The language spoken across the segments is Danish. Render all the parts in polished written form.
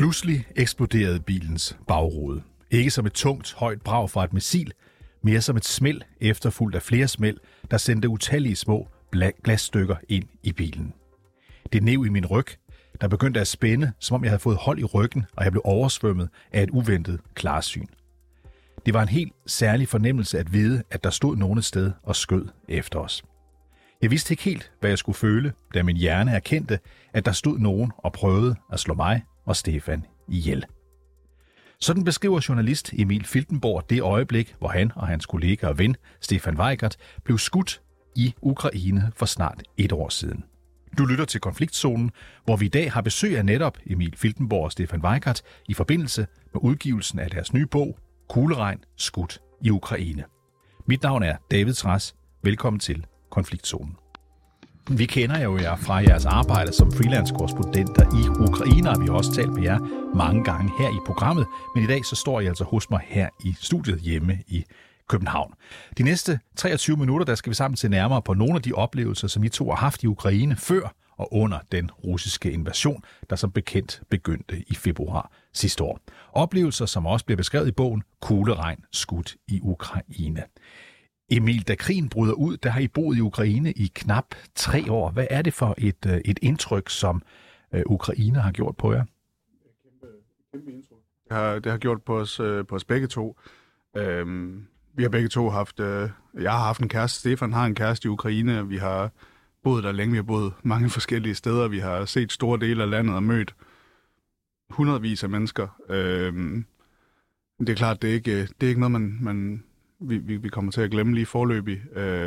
Pludselig eksploderede bilens bagrude. Ikke som et tungt, højt brag fra et missil, mere som et smæld efterfulgt af flere smæld, der sendte utallige små glasstykker ind i bilen. Det nev i min ryg, der begyndte at spænde, som om jeg havde fået hold i ryggen, og jeg blev oversvømmet af et uventet klarsyn. Det var en helt særlig fornemmelse at vide, at der stod nogen et sted og skød efter os. Jeg vidste ikke helt, hvad jeg skulle føle, da min hjerne erkendte, at der stod nogen og prøvede at slå mig og Stefan ihjel. Sådan beskriver journalist Emil Filtenborg det øjeblik, hvor han og hans kollega og ven Stefan Weigert blev skudt i Ukraine for snart et år siden. Du lytter til Konfliktzonen, hvor vi i dag har besøg af netop Emil Filtenborg og Stefan Weigert i forbindelse med udgivelsen af deres nye bog, Kugleregn skudt i Ukraine. Mit navn er David Trads. Velkommen til Konfliktzonen. Vi kender jo jer fra jeres arbejde som freelance-korrespondenter i Ukraine, og vi har også talt med jer mange gange her i programmet, men i dag så står I altså hos mig her i studiet hjemme i København. De næste 23 minutter, der skal vi sammen se nærmere på nogle af de oplevelser, som I to har haft i Ukraine før og under den russiske invasion, der som bekendt begyndte i februar sidste år. Oplevelser, som også bliver beskrevet i bogen Kugleregn skudt i Ukraine. Emil, da krigen bryder ud, der har I boet i Ukraine i knap 3 år. Hvad er det for et indtryk, som Ukraine har gjort på jer? Kæmpe indtryk. Det har gjort på os begge to. Vi har begge to haft... jeg har haft en kæreste, Stefan har en kæreste i Ukraine. Vi har boet der længe, vi har boet mange forskellige steder. Vi har set store dele af landet og mødt hundredvis af mennesker. Det er klart, det er ikke noget, vi kommer til at glemme lige forløbig.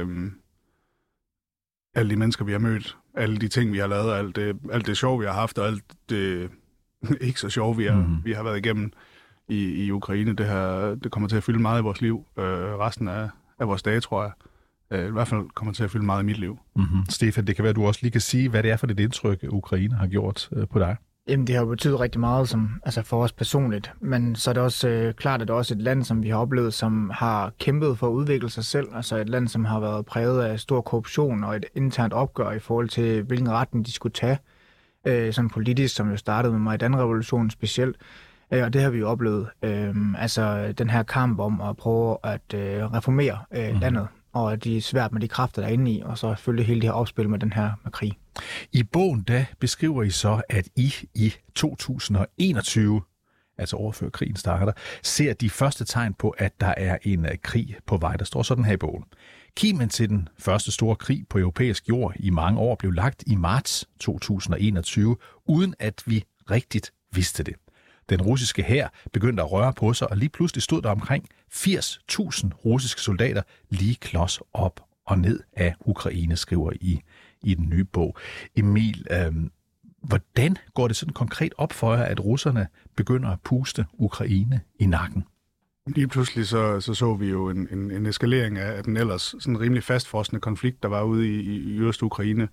Alle de mennesker, vi har mødt, alle de ting, vi har lavet, alt det sjov, vi har haft, og alt det ikke så sjov, vi har været igennem i Ukraine, det kommer til at fylde meget i vores liv. Resten af vores dage, tror jeg. I hvert fald kommer til at fylde meget i mit liv. Mm-hmm. Stefan, det kan være, at du også lige kan sige, hvad det er for et indtryk, Ukraine har gjort på dig. Jamen, det har jo betydet rigtig meget for os personligt, men så er det også klart, at det er også et land, som vi har oplevet, som har kæmpet for at udvikle sig selv. Altså et land, som har været præget af stor korruption og et internt opgør i forhold til, hvilken retning de skulle tage, sådan politisk, som jo startede med Majdan-revolutionen specielt. Og det har vi jo oplevet. Den her kamp om at prøve at reformere landet, og det er svært med de kræfter, der er inde i, og så følge hele det her opspil med den her med krig. I bogen, der beskriver I så, at I 2021, altså over før krigen starter, ser de første tegn på, at der er en krig på vej. Der står sådan her i bogen. Kimen til den første store krig på europæisk jord i mange år blev lagt i marts 2021, uden at vi rigtigt vidste det. Den russiske hær begyndte at røre på sig, og lige pludselig stod der omkring 80.000 russiske soldater lige klods op og ned af Ukraine, skriver i den nye bog. Emil, hvordan går det sådan konkret op for jer, at russerne begynder at puste Ukraine i nakken? Lige pludselig så vi jo en eskalering af den ellers sådan rimelig fastfrosne konflikt, der var ude i Øst-Ukraine.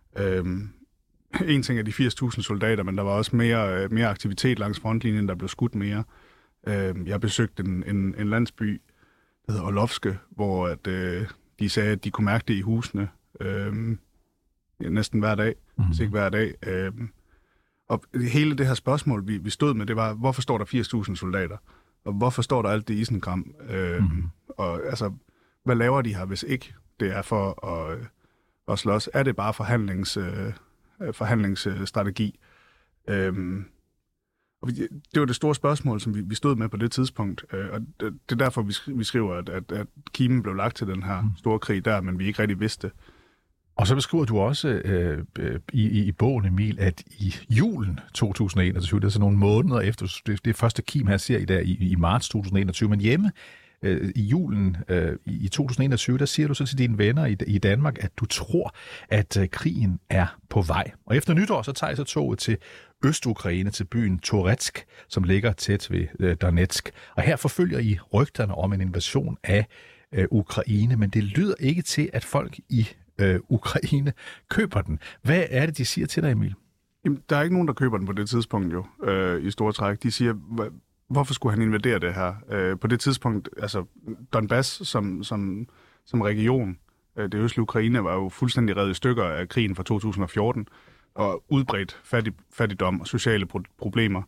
En ting er de 80.000 soldater, men der var også mere aktivitet langs frontlinjen, der blev skudt mere. Jeg besøgte en landsby, der hedder Orlovske, hvor de sagde, at de kunne mærke det i husene næsten hver dag, hvis ikke hver dag. Og hele det her spørgsmål, vi stod med, det var, hvorfor står der 80.000 soldater? Og hvorfor står der alt det isenkram? Og altså, hvad laver de her, hvis ikke det er for at slås? Er det bare forhandlingsstrategi? Og det var det store spørgsmål, som vi stod med på det tidspunkt. Og det er derfor, vi skriver, at kimen blev lagt til den her store krig der, men vi ikke rigtig vidste. Og så beskriver du også i bogen, Emil, at i julen 2021, det er så nogle måneder efter, det første kim her ser I der i marts 2021, men hjemme i julen i 2021, der siger du så til dine venner i Danmark, at du tror, at krigen er på vej. Og efter nytår, så tager I så toget til Øst-Ukraine, til byen Toretsk, som ligger tæt ved Donetsk. Og her forfølger I rygterne om en invasion af Ukraine, men det lyder ikke til, at folk i Ukraine køber den. Hvad er det, de siger til dig, Emil? Jamen, der er ikke nogen, der køber den på det tidspunkt jo, i store træk. De siger, hvorfor skulle han invadere det her? På det tidspunkt, altså Donbass som region, det østlige Ukraine, var jo fuldstændig revet i stykker af krigen fra 2014, og udbredt fattigdom og sociale problemer.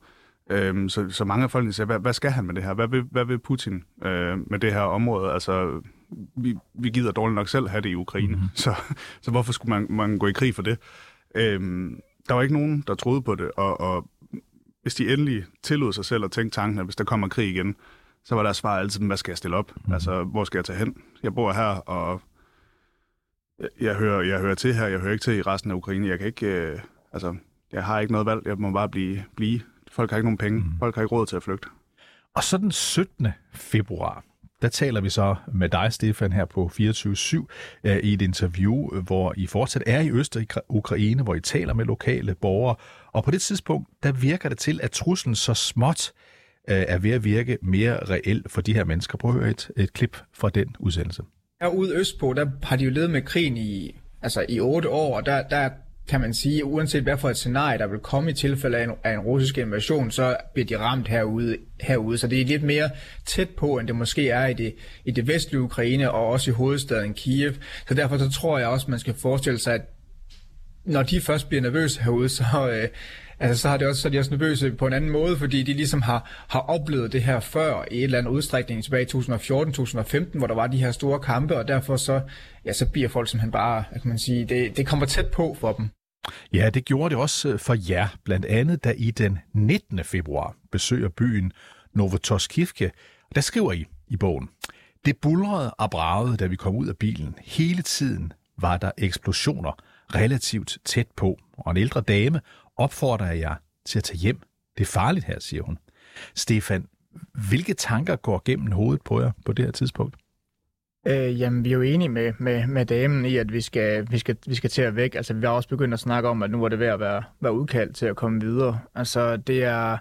Så mange af folkene siger, hvad skal han med det her? Hvad vil Putin med det her område? Altså, vi gider dårligt nok selv have det i Ukraine, så hvorfor skulle man gå i krig for det? Der var ikke nogen, der troede på det, og hvis de endelig tillod sig selv at tænke tanken, at hvis der kommer krig igen, så var deres svar altid, hvad skal jeg stille op? Altså, hvor skal jeg tage hen? Jeg bor her, og jeg hører til her, jeg hører ikke til i resten af Ukraine. Jeg kan ikke, jeg har ikke noget valg, jeg må bare blive. Folk har ikke nogen penge, folk har ikke råd til at flygte. Og så den 17. februar, der taler vi så med dig, Stefan, her på 24/7 i et interview, hvor I fortsat er i Øst-Ukraine, hvor I taler med lokale borgere. Og på det tidspunkt, der virker det til, at truslen så småt er ved at virke mere reelt for de her mennesker. Prøv at høre et klip fra den udsendelse. Herude østpå, der har de jo levet med krigen i 8 år, og der kan man sige, uanset hvad for et scenarie, der vil komme i tilfælde af en russisk invasion, så bliver de ramt herude. Så det er lidt mere tæt på, end det måske er i det vestlige Ukraine, og også i hovedstaden Kiev. Så derfor så tror jeg også, man skal forestille sig, at når de først bliver nervøse herude, så er de også nervøse på en anden måde, fordi de ligesom har oplevet det her før i et eller andet udstrækning tilbage i 2014-2015, hvor der var de her store kampe, og derfor så bliver folk simpelthen bare, kan man sige, det kommer tæt på for dem. Ja, det gjorde det også for jer, blandt andet da I den 19. februar besøger byen Novotoskivka. Der skriver I i bogen: det bulrede og bragede, da vi kom ud af bilen. Hele tiden var der eksplosioner relativt tæt på, og en ældre dame opfordrer jeg til at tage hjem. Det er farligt her, siger hun. Stefan, hvilke tanker går gennem hovedet på jer på det her tidspunkt? Jamen, vi er jo enige med damen i, at vi skal til at væk. Altså, vi har også begyndt at snakke om, at nu er det ved at være udkaldt til at komme videre. Altså, det er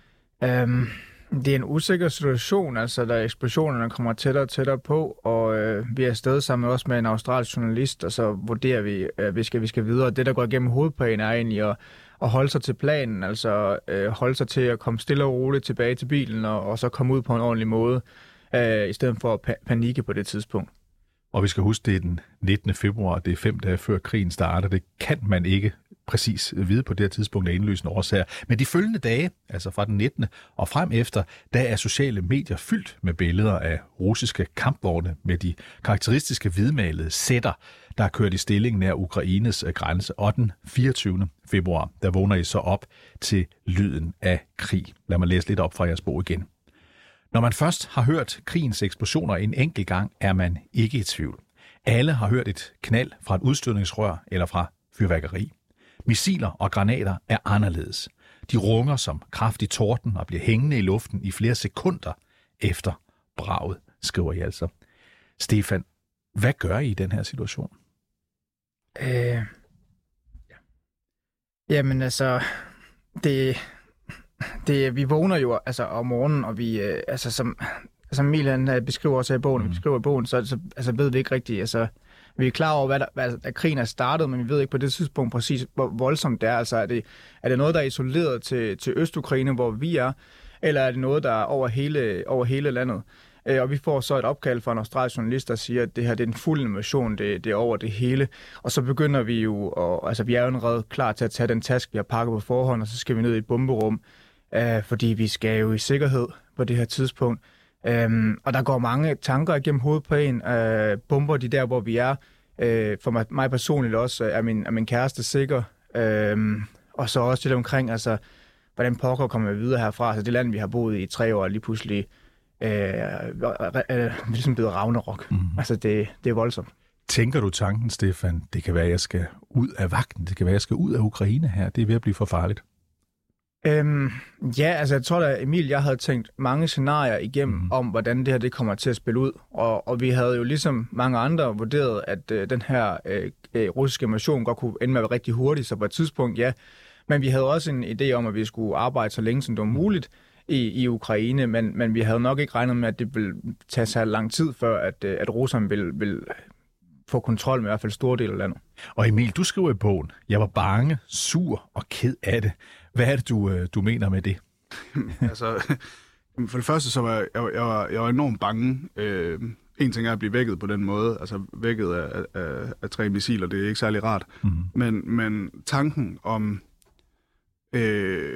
en usikker situation, altså, da eksplosionerne kommer tættere og tættere på, og vi er afsted sammen også med en australsk journalist, og så vurderer vi, at vi skal videre. Det, der går igennem hovedet på en, er egentlig at holde sig til planen, altså holde sig til at komme stille og roligt tilbage til bilen, og så komme ud på en ordentlig måde, i stedet for at panikke på det tidspunkt. Og vi skal huske, det er den 19. februar, det er 5 dage før krigen starter. Det kan man ikke præcis vide på det her tidspunkt af indlysende årsager. Men de følgende dage, altså fra den 19. og frem efter, der er sociale medier fyldt med billeder af russiske kampvogne med de karakteristiske hvidmalede sætter, der er kørt i stilling nær Ukraines grænse. Og den 24. februar, der vågner I så op til lyden af krig. Lad mig læse lidt op fra jeres bog igen. Når man først har hørt krigens eksplosioner en enkelt gang, er man ikke i tvivl. Alle har hørt et knald fra et udstødningsrør eller fra fyrværkeri. Missiler og granater er anderledes. De runger som kraftig torden og bliver hængende i luften i flere sekunder efter braget, skriver I altså. Stefan, hvad gør I i den her situation? Jamen altså, vi vågner jo altså om morgenen, og vi, som Milan beskriver også i bogen, så ved vi ikke rigtigt, altså, vi er klar over, at krigen er startet, men vi ved ikke på det tidspunkt præcis, hvor voldsomt det er. Altså, er det noget, der er isoleret til Øst-Ukraine, hvor vi er, eller er det noget, der er over hele landet? Og vi får så et opkald fra en australsk journalist, der siger, at det her det er en fuld invasion, det er over det hele. Og så begynder vi jo, vi er jo allerede klar til at tage den taske, vi har pakket på forhånd, og så skal vi ned i et bomberum, fordi vi skal jo i sikkerhed på det her tidspunkt. Og der går mange tanker igennem hovedet på en. Bomber de der, hvor vi er. For mig personligt også er min kæreste sikker. Og så også det omkring, altså, hvordan pokker kommer vi videre herfra. Altså det land, vi har boet i 3 år, lige pludselig ligesom blevet Ragnarok. Altså det er voldsomt. Tænker du tanken, Stefan, det kan være, at jeg skal ud af vagten, det kan være, at jeg skal ud af Ukraine her, det er ved at blive for farligt? Ja, altså jeg tror da, Emil, jeg havde tænkt mange scenarier igennem om, hvordan det her det kommer til at spille ud. Og vi havde jo ligesom mange andre vurderet, at den her russiske invasion godt kunne ende med at være rigtig hurtigt, så på et tidspunkt, ja. Men vi havde også en idé om, at vi skulle arbejde så længe som det var muligt i Ukraine, men vi havde nok ikke regnet med, at det ville tage så lang tid, før at russerne ville få kontrol med i hvert fald store dele af landet. Og Emil, du skriver i bogen, jeg var bange, sur og ked af det. Hvad er det, du mener med det? Altså, for det første, så var jeg var enormt bange. En ting er at blive vækket på den måde, altså vækket af 3 missiler, det er ikke særlig rart. Men tanken om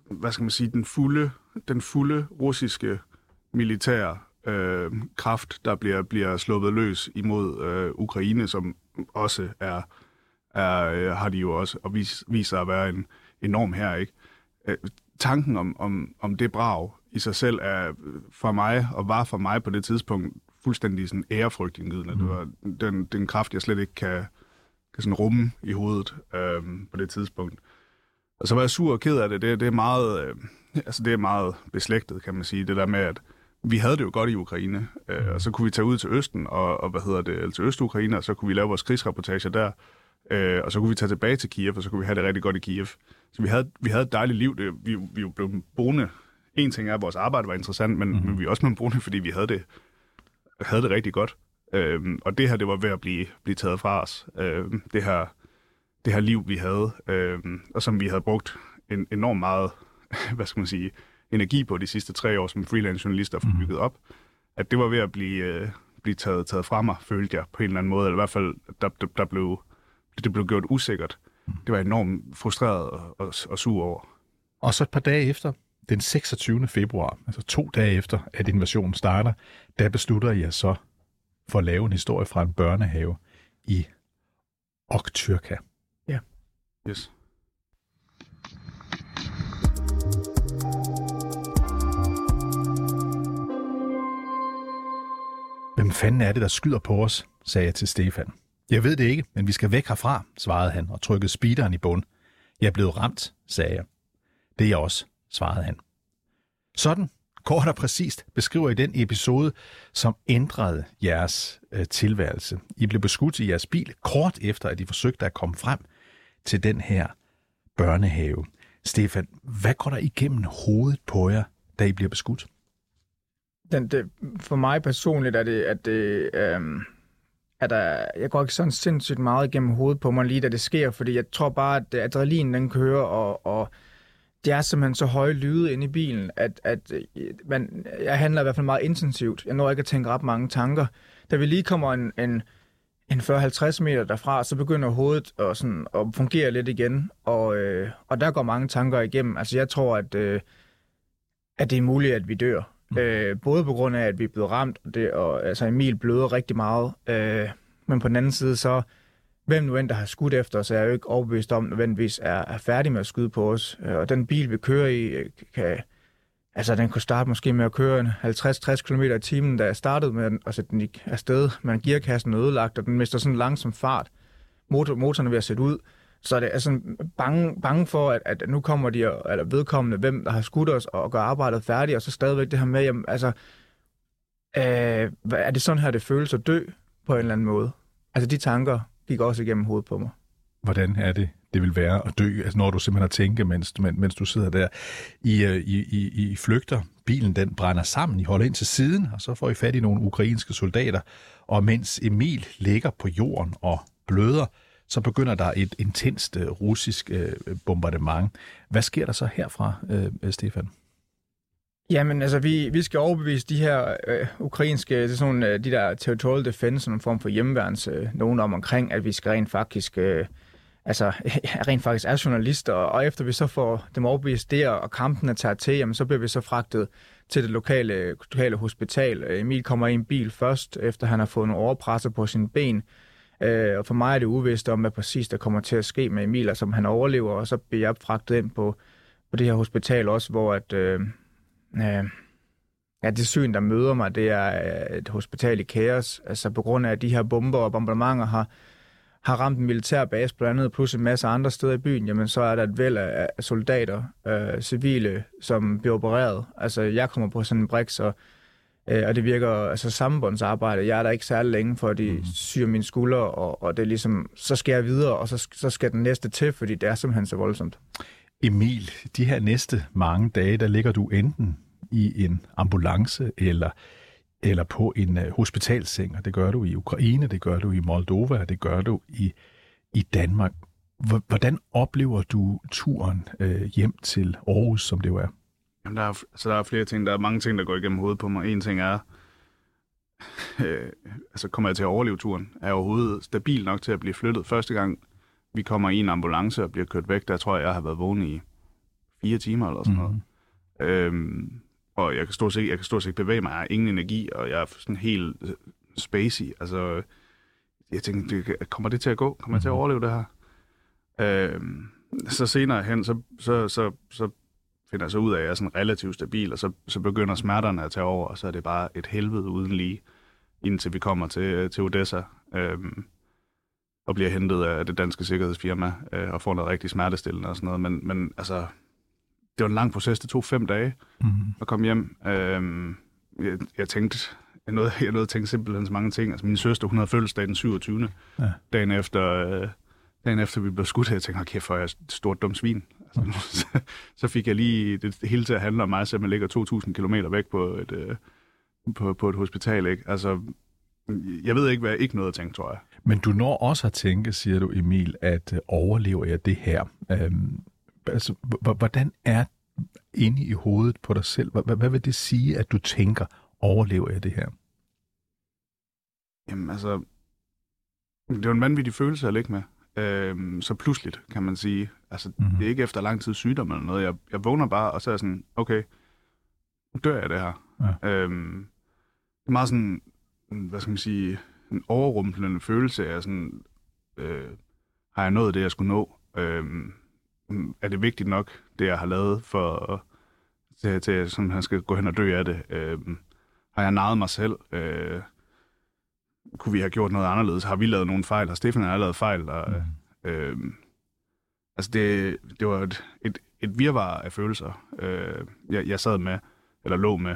hvad skal man sige, den fulde russiske militære kraft, der bliver sluppet løs imod Ukraine, som også har de jo også, og viser at være en enorm her, ikke? Tanken om det brag i sig selv er for mig, og var for mig på det tidspunkt, fuldstændig sådan ærefrygtindgydende. Det var den kraft, jeg slet ikke kan sådan rumme i hovedet på det tidspunkt. Og så var jeg sur og ked af det. Det er meget beslægtet, kan man sige. Det der med, at vi havde det jo godt i Ukraine, og så kunne vi tage ud til Østen, til Øst-Ukraine, og så kunne vi lave vores krigsreportager der, og så kunne vi tage tilbage til Kiev, og så kunne vi have det rigtig godt i Kiev. Så vi havde et dejligt liv. Vi blev boende. En ting er, at vores arbejde var interessant, men vi også blev boende, fordi vi havde det rigtig godt. Og det her, det var ved at blive taget fra os. Det her liv, vi havde, og som vi havde brugt enormt meget, hvad skal man sige, energi på de sidste 3 år som freelance journalister for bygget op, at det var ved at blive taget fra mig, følte jeg på en eller anden måde, eller i hvert fald, det blev gjort usikkert. Det var enormt frustreret og sur over. Og så et par dage efter, den 26. februar, altså 2 dage efter, at invasionen starter, der beslutter jeg så for at lave en historie fra en børnehave i Oktyrka. Ja. Yes. Hvem fanden er det, der skyder på os, sagde jeg til Stefan. Jeg ved det ikke, men vi skal væk herfra, svarede han og trykkede speederen i bund. Jeg er blevet ramt, sagde jeg. Det er jeg også, svarede han. Sådan, kort og præcist, beskriver I den episode, som ændrede jeres tilværelse. I blev beskudt i jeres bil kort efter, at I forsøgte at komme frem til den her børnehave. Stefan, hvad går der igennem hovedet på jer, da I bliver beskudt? For mig personligt jeg går ikke sådan sindssygt meget igennem hovedet på mig lige da det sker, fordi jeg tror bare, at adrenalin den kører, og det er simpelthen så høje lyde inde i bilen, at jeg handler i hvert fald meget intensivt. Jeg når ikke at tænke ret mange tanker. Da vi lige kommer en 40-50 meter derfra, så begynder hovedet at fungere lidt igen, og der går mange tanker igennem. Altså jeg tror, at det er muligt, at vi dør. Både på grund af, at vi er blevet ramt, og altså Emil bløder rigtig meget, men på den anden side, så hvem nu end, der har skudt efter os, er jeg jo ikke overbevist om, nødvendigvis er færdig med at skyde på os. Og den bil, vi kører i, den kunne starte måske med at køre 50-60 km i timen, da jeg startede med at sætte den afsted, men gearkassen er ødelagt, og den mister sådan langsom fart. Motoren er ved at sætte ud. Så er det altså bange for, at nu kommer eller vedkommende, hvem der har skudt os, og gør arbejdet færdigt, og så stadigvæk det her med, jamen, altså, er det sådan her, det føles at dø på en eller anden måde? Altså, de tanker gik også igennem hovedet på mig. Hvordan er det vil være at dø, altså, når du simpelthen har tænkt, mens du sidder der? I flygter, bilen den brænder sammen, I holder ind til siden, og så får I fat i nogle ukrainske soldater, og mens Emil ligger på jorden og bløder, så begynder der et intenst russisk bombardement. Hvad sker der så herfra, Stefan? Jamen, altså, vi skal overbevise de her ukrainske, det er sådan, de der territorial defense, en form for hjemmeværns, nogen omkring, at vi skal rent faktisk er journalister, og efter vi så får dem overbevist der, og kampene tager til, jamen, så bliver vi så fragtet til det lokale hospital. Emil kommer i en bil først, efter han har fået nogle overpresser på sine ben, og for mig er det uvist om, hvad præcis der kommer til at ske med Emil, altså om han overlever, og så bliver jeg fragtet ind på det her hospital også, hvor det syn, der møder mig, det er et hospital i kaos. Altså på grund af, at de her bomber og bombardementer har ramt en militær base blandt andet, plus en masse andre steder i byen, jamen så er der et væld af soldater, civile, som bliver opereret. Altså jeg kommer på sådan en briks, og det virker altså sammenbåndsarbejde. Jeg er der ikke særlig længe, for de syr mine skuldre, og det er ligesom, så skal jeg videre, og så skal den næste til, fordi det er simpelthen så voldsomt. Emil, de her næste mange dage, der ligger du enten i en ambulance eller på en hospitalseng, og det gør du i Ukraine, det gør du i Moldova, og det gør du i Danmark. Hvordan oplever du turen hjem til Aarhus, som det jo er? Jamen, der er flere ting. Der er mange ting, der går igennem hovedet på mig. En ting er, kommer jeg til at overleve turen? Er jeg overhovedet stabil nok til at blive flyttet? Første gang vi kommer i en ambulance og bliver kørt væk, der tror jeg har været vågen i 4 timer eller sådan noget. Og jeg kan stort set bevæge mig. Jeg har ingen energi, og jeg er sådan helt spacey. Altså, jeg tænkte, kommer det til at gå? Kommer jeg til at overleve det her? Så senere hen, så finder jeg så ud af, at jeg er sådan relativt stabil, og så begynder smerterne at tage over, og så er det bare et helvede uden lige, indtil vi kommer til Odessa, og bliver hentet af det danske sikkerhedsfirma, og får noget rigtig smertestillende og sådan noget. Men altså, det var en lang proces. Det tog 5 dage at komme hjem. Jeg tænkte... Jeg nåede at tænke simpelthen så mange ting. Altså, min søster, hun havde fødselsdag den 27. Ja. Dagen efter vi blev skudt, jeg tænkte, kæft, for jeg er et stort dumt svin. Altså, så fik jeg lige det hele til at handle om mig, så man ligger 2.000 kilometer væk på et hospital. Ikke? Altså, jeg ved ikke, hvad jeg ikke nåede at tænke, tror jeg. Men du når også at tænke, siger du, Emil, at overlever jeg det her? Altså, hvordan er inde i hovedet på dig selv? Hvad vil det sige, at du tænker, overlever jeg det her? Jamen altså, det er en vanvittig følelse at ligge med. Så pludseligt, kan man sige. Altså, det er ikke efter lang tid sygdom eller noget. Jeg vågner bare, og så er jeg sådan, okay, nu dør jeg det her. Ja. Det er meget sådan, hvad skal man sige, en overrumplende følelse af sådan, har jeg nået det, jeg skulle nå? Er det vigtigt nok, det jeg har lavet, til at han skal gå hen og dø af det? Har jeg narret mig selv? Kunne vi have gjort noget anderledes? Har vi lavet nogle fejl? Har Stefan og jeg lavet fejl? Altså det var et virvar af følelser, jeg sad med, eller lå med.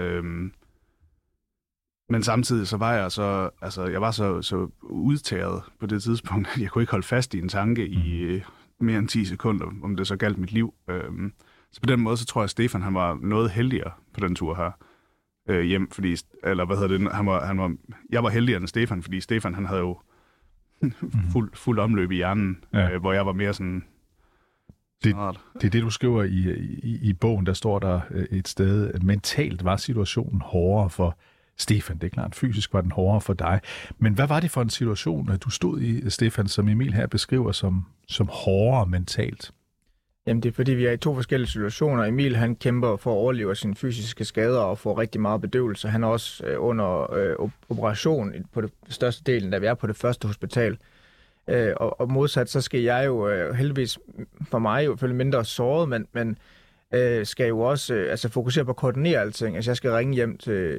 Men samtidig så var jeg var så udtaget på det tidspunkt, at jeg kunne ikke holde fast i en tanke i mere end 10 sekunder, om det så galt mit liv. Så på den måde, så tror jeg, at Stefan han var noget heldigere på den tur her. Hjem, fordi, eller hvad hedder det, jeg var heldigere end Stefan, fordi Stefan, han havde jo fuld omløb i hjernen, hvor jeg var mere sådan... Det er det, du skriver i bogen, der står der et sted, mentalt var situationen hårdere for Stefan. Det er klart, fysisk var den hårdere for dig. Men hvad var det for en situation, du stod i, Stefan, som Emil her beskriver som hårdere mentalt? Jamen, det er fordi, vi er i 2 forskellige situationer. Emil, han kæmper for at overleve sine fysiske skader og får rigtig meget bedøvelse. Han er også under operation på det største delen, da vi er på det første hospital. Og modsat, så skal jeg jo heldigvis, for mig jo følge mindre såret, men skal jo også fokusere på at koordinere alting. Altså, jeg skal ringe hjem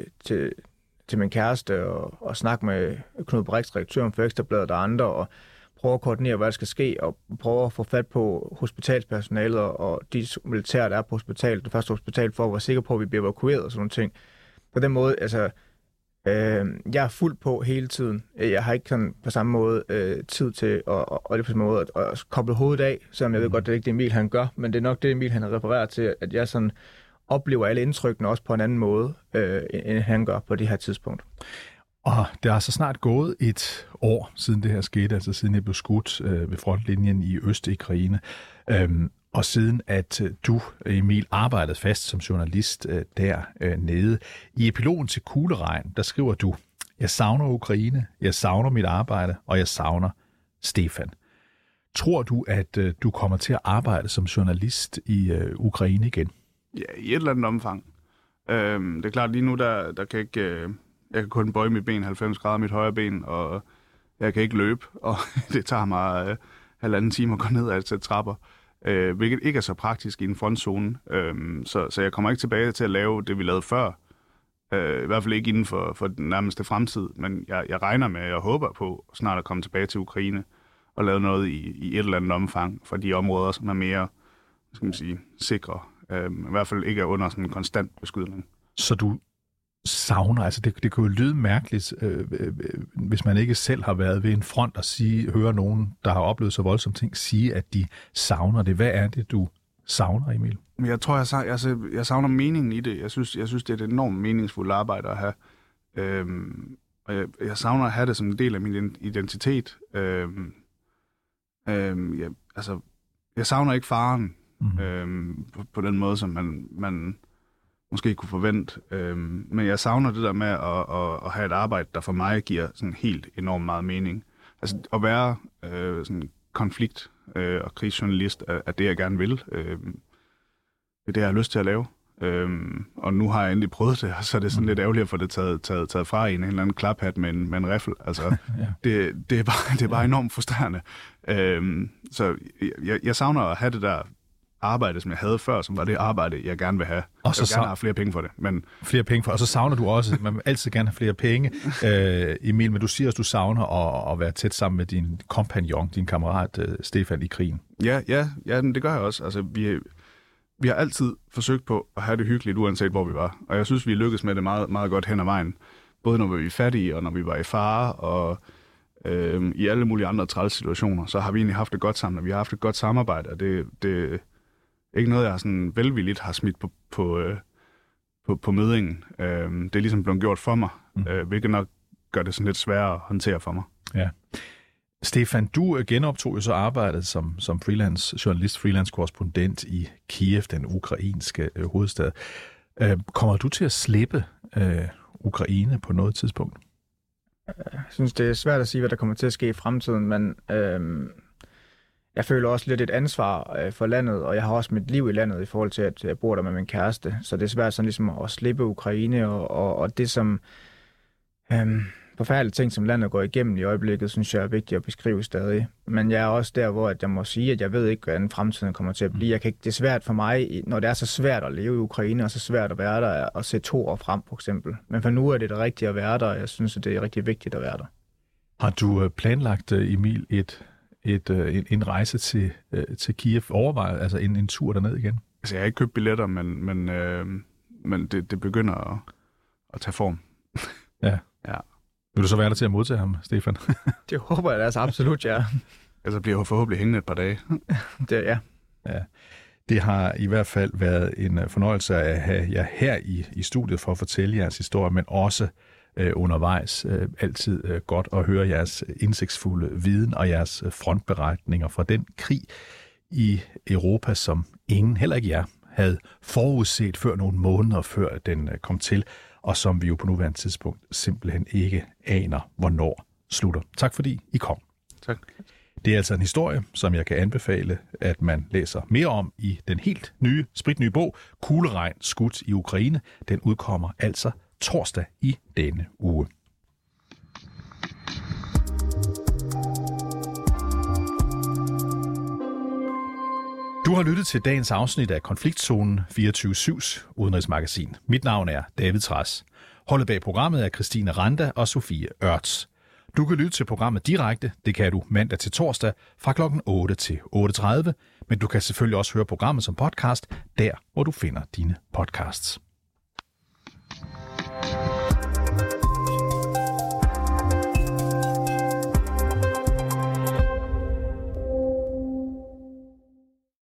til min kæreste og snakke med Knud Brix, redaktøren for Ekstra Bladet og andre, og prøve at koordinere, hvad der skal ske, og prøve at få fat på hospitalspersonalet og de militære, der er på hospitalet, det første hospital, for at være sikker på, at vi bliver evakueret og sådan nogle ting. På den måde, altså, jeg er fuld på hele tiden. Jeg har ikke sådan på samme måde tid til og det på samme måde at koble hovedet af, selvom jeg ved godt, det er ikke det Emil, han gør, men det er nok det, Emil, han refererer til, at jeg sådan oplever alle indtrykkene også på en anden måde, end han gør på det her tidspunkt. Og det er altså snart gået 1 år siden det her skete, altså siden jeg blev skudt ved frontlinjen i Øst-Ukraine, og siden at du, Emil, arbejdede fast som journalist dernede. I epilogen til Kugleregn, der skriver du, jeg savner Ukraine, jeg savner mit arbejde, og jeg savner Stefan. Tror du, at du kommer til at arbejde som journalist i Ukraine igen? Ja, i et eller andet omfang. Det er klart, lige nu, der kan ikke... Jeg kan kun bøje mit ben 90 grader, mit højre ben, og jeg kan ikke løbe, og det tager mig 1,5 time at gå ned ad et sæt trapper, hvilket ikke er så praktisk i en frontzone. Så jeg kommer ikke tilbage til at lave det, vi lavede før. I hvert fald ikke inden for den nærmeste fremtid, men jeg regner med, og håber på snart at komme tilbage til Ukraine og lave noget i et eller andet omfang for de områder, som er mere, skal man sige, sikre. I hvert fald ikke er under sådan en konstant beskydning. Så du savner, altså det kan jo lyde mærkeligt, hvis man ikke selv har været ved en front og høre nogen, der har oplevet så voldsomme ting, sige, at de savner det. Hvad er det, du savner, Emil? Jeg tror, jeg savner meningen i det. Jeg synes, det er et enormt meningsfuldt arbejde at have. Og jeg savner at have det som en del af min identitet. Jeg savner ikke faren på den måde, som man måske kunne forvente. Men jeg savner det der med at have et arbejde, der for mig giver sådan helt enormt meget mening. Altså at være sådan konflikt- og krigsjournalist er det, jeg gerne vil. det er det, jeg har lyst til at lave. Og nu har jeg endelig prøvet det, og så er det sådan lidt ærgerligt at få det taget fra en eller anden klaphat med en riffel. Altså, det er bare enormt frustrerende. Så jeg savner at have det der arbejde, som jeg havde før, som var det arbejde, jeg gerne vil have. Og så jeg vil gerne have flere penge for det. Men... Flere penge for, og så savner du også, man vil altid gerne have flere penge. Emil, men du siger også, du savner at være tæt sammen med din kompagnon, din kammerat Stefan i krigen. Ja, det gør jeg også. Altså, vi har altid forsøgt på at have det hyggeligt, uanset hvor vi var. Og jeg synes, vi lykkedes med det meget, meget godt hen ad vejen. Både når vi var fattige, og når vi var i fare, og i alle mulige andre træls situationer, så har vi egentlig haft det godt sammen, og vi har haft et godt samarbejde, og det er ikke noget, jeg sådan velvilligt har smidt på mødingen. Det er ligesom blevet gjort for mig, hvilket nok gør det sådan lidt sværere at håndtere for mig. Ja. Stefan, du genoptog jo så arbejdet som freelance journalist, freelance korrespondent i Kiev, den ukrainske hovedstad. Kommer du til at slippe Ukraine på noget tidspunkt? Jeg synes, det er svært at sige, hvad der kommer til at ske i fremtiden, men jeg føler også lidt et ansvar for landet, og jeg har også mit liv i landet i forhold til, at jeg bor der med min kæreste. Så det er svært sådan ligesom at slippe Ukraine, og det som forfærdelige ting, som landet går igennem i øjeblikket, synes jeg er vigtigt at beskrive stadig. Men jeg er også der, hvor jeg må sige, at jeg ved ikke, hvordan fremtiden kommer til at blive. Det er svært for mig, når det er så svært at leve i Ukraine, og så svært at være der, og se 2 år frem, for eksempel. Men for nu er det rigtigt at være der, og jeg synes, at det er rigtig vigtigt at være der. Har du planlagt, Emil, en rejse til Kiev, overvejet, altså en tur derned igen? Altså, jeg har ikke købt billetter, men det begynder at tage form. Ja. Vil du så være der til at modtage ham, Stefan? Det håber jeg altså absolut, ja. Altså bliver jeg forhåbentlig hængende et par dage. Ja. Det har i hvert fald været en fornøjelse at have jer her i studiet for at fortælle jeres historie, men også undervejs. Altid godt at høre jeres indsigtsfulde viden og jeres frontberetninger fra den krig i Europa, som ingen, heller ikke jer, havde forudset før nogle måneder før den kom til, og som vi jo på nuværende tidspunkt simpelthen ikke aner, hvornår slutter. Tak fordi I kom. Tak. Det er altså en historie, som jeg kan anbefale, at man læser mere om i den helt nye, spritnye bog, Kugleregn skudt i Ukraine. Den udkommer altså torsdag i denne uge. Du har lyttet til dagens afsnit af Konfliktzonen 24/7's udenrigsmagasin. Mit navn er David Trads. Holdet bag programmet er Christine Randa og Sofie Ørts. Du kan lytte til programmet direkte. Det kan du mandag til torsdag fra kl. 8 til 8:30. Men du kan selvfølgelig også høre programmet som podcast, der hvor du finder dine podcasts.